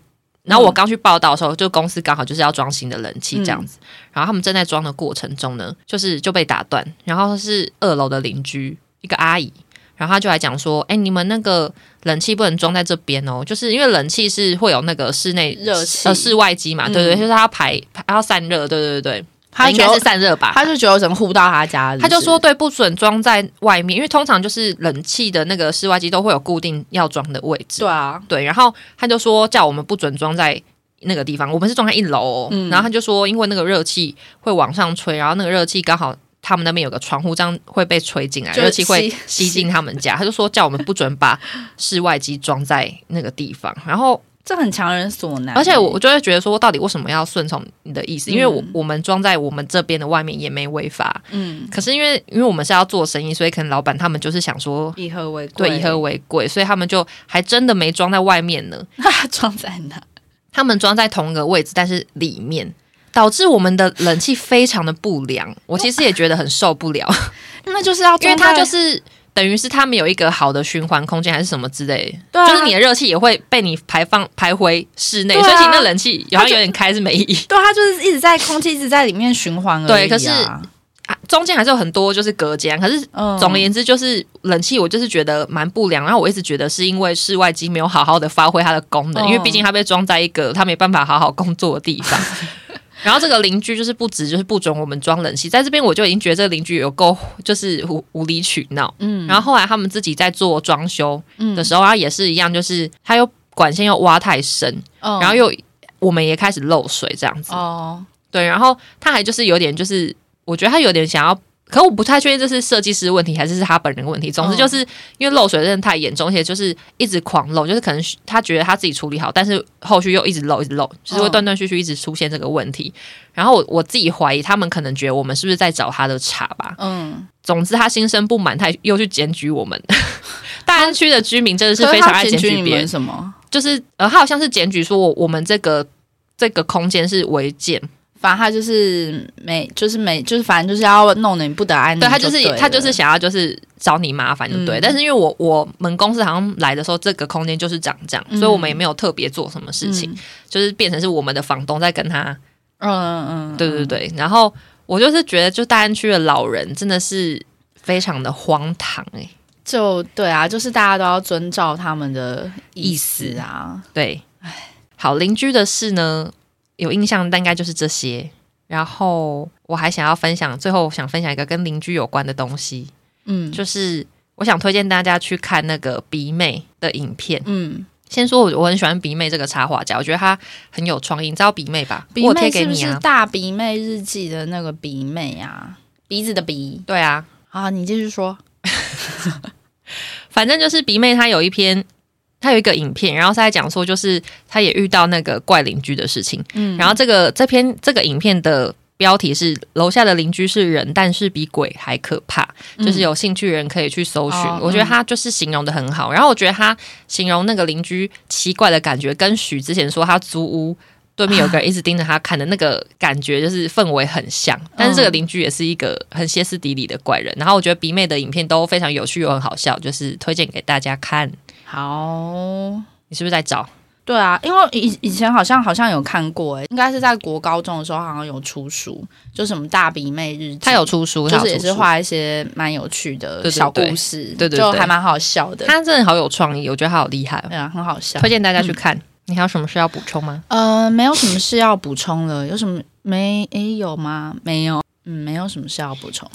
然后我刚去报道的时候，就公司刚好就是要装新的冷气这样子，嗯、然后他们正在装的过程中呢，就是就被打断，然后是二楼的邻居一个阿姨，然后他就来讲说，哎，你们那个冷气不能装在这边哦，就是因为冷气是会有那个室内热气呃室外机嘛，嗯、对对，就是它要排它要散热，对对对对。 他应该是散热吧， 他就觉得我整个呼到他家是不是， 他就说对，不准装在外面，因为通常就是冷气的那个室外机都会有固定要装的位置。 对啊， 对，然后他就说叫我们不准装在那个地方，我们是装在一楼、哦嗯，然后他就说因为那个热气会往上吹，然后那个热气刚好他们那边有个窗户，这样会被吹进来，热气会吸进他们家。他就说叫我们不准把室外机装在那个地方，然后。 这很强人所难， 而且我就会觉得说，到底为什么要顺从你的意思？因为我、嗯、我们装在我们这边的外面也没违法，嗯。可是因为因为我们是要做生意，所以可能老板他们就是想说以和为贵， 对，以和为贵，所以他们就还真的没装在外面呢。 装在哪？ 他们装在同一个位置，但是里面导致我们的冷气非常的不良。我其实也觉得很受不了， 那就是要因为它就是。等于是他们有一个好的循环空间还是什么之类的， 对啊、 就是你的热气也会被你排放排回室内、啊，所以其实那冷气好像有点开是没意义。 对，它就是一直在空气一直在里面循环而已、啊。 对，可是、啊、中间还是有很多就是隔间，可是总而言之就是冷气我就是觉得蛮不良，然后我一直觉得是因为室外机没有好好的发挥它的功能，嗯、因为毕竟它被装在一个它没办法好好工作的地方。然后这个邻居就是不止就是不准我们装冷气，在这边我就已经觉得这个邻居有够就是无无理取闹。嗯，然后后来他们自己在做装修的时候，他、嗯、也是一样，就是他又管线又挖太深，哦、然后又我们也开始漏水这样子。哦，对，然后他还就是有点就是我觉得他有点想要。可我不太确定这是设计师问题还是是他本人的问题。总之就是因为漏水真的太严重，而且就是一直狂漏，就是可能他觉得他自己处理好，但是后续又一直漏一直漏，就是会断断续续一直出现这个问题。然后我我自己怀疑他们可能觉得我们是不是在找他的茬吧。嗯，总之他心生不满，他又去检举我们。大安区的居民真的是非常爱检举别人， 什么？ 就是呃，他好像是检举说我我们这个这个空间是违建。 反正他就是没，就是没，就是反正就是要弄得你不得安宁。 对，他就是他就是想要就是找你麻烦就对、嗯。但是因为我我们公司好像来的时候，这个空间就是长这样、嗯，所以我们也没有特别做什么事情、嗯，就是变成是我们的房东在跟他，嗯嗯嗯，对对对。然后我就是觉得，就大安区的老人真的是非常的荒唐哎、欸。 就对啊，就是大家都要遵照他们的意思啊。 对，好，邻居的事呢？有印象，但应该就是这些。然后我还想要分享，最后想分享一个跟邻居有关的东西，嗯，就是我想推荐大家去看那个鼻妹的影片。嗯，先说我我很喜欢鼻妹这个插画家，我觉得他很有创意。你知道鼻妹吧？ 鼻妹是不是大鼻妹日记的那个鼻妹啊？鼻子的鼻？ 对啊。 好，你继续说。 反正就是鼻妹，她有一篇。他有一个影片，然后是在讲说，就是他也遇到那个怪邻居的事情。嗯，然后这个这篇这个影片的标题是“楼下的邻居是人，但是比鬼还可怕”，嗯、就是有兴趣的人可以去搜寻、哦。我觉得他就是形容的很好、嗯，然后我觉得他形容那个邻居奇怪的感觉，跟许之前说他租屋对面有个人一直盯着他看的那个感觉，就是氛围很像。但是这个邻居也是一个很歇斯底里的怪人。然后我觉得鼻妹的影片都非常有趣又很好笑，就是推荐给大家看。 好， 你是不是在找？ 对啊，因为以以前好像好像有看过、欸，应该是在国高中的时候好像有出书，就什么大鼻妹日记， 他有出书， 就是也是画一些蛮有趣的小故事， 对 对, 对, 对, 对， 就还蛮好笑的。 他真的好有创意，我觉得他好厉害， 对啊，很好笑， 推荐大家去看。嗯、你还有什么事要补充吗？ 呃，没有什么事要补充了，有什么没？诶，有吗？没有，嗯，没有什么事要补充。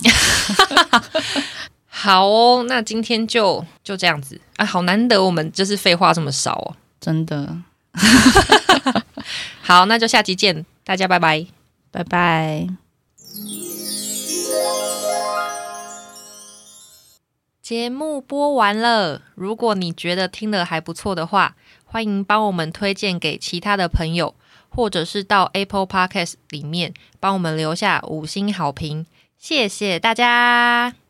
好哦，那今天就就这样子啊，好难得我们就是废话这么少哦， 真的。 好，那就下期见，大家拜拜， 拜拜。 节目播完了，如果你觉得听得还不错的话，欢迎帮我们推荐给其他的朋友，或者是到 Apple Podcast 里面帮我们留下五星好评，谢谢大家。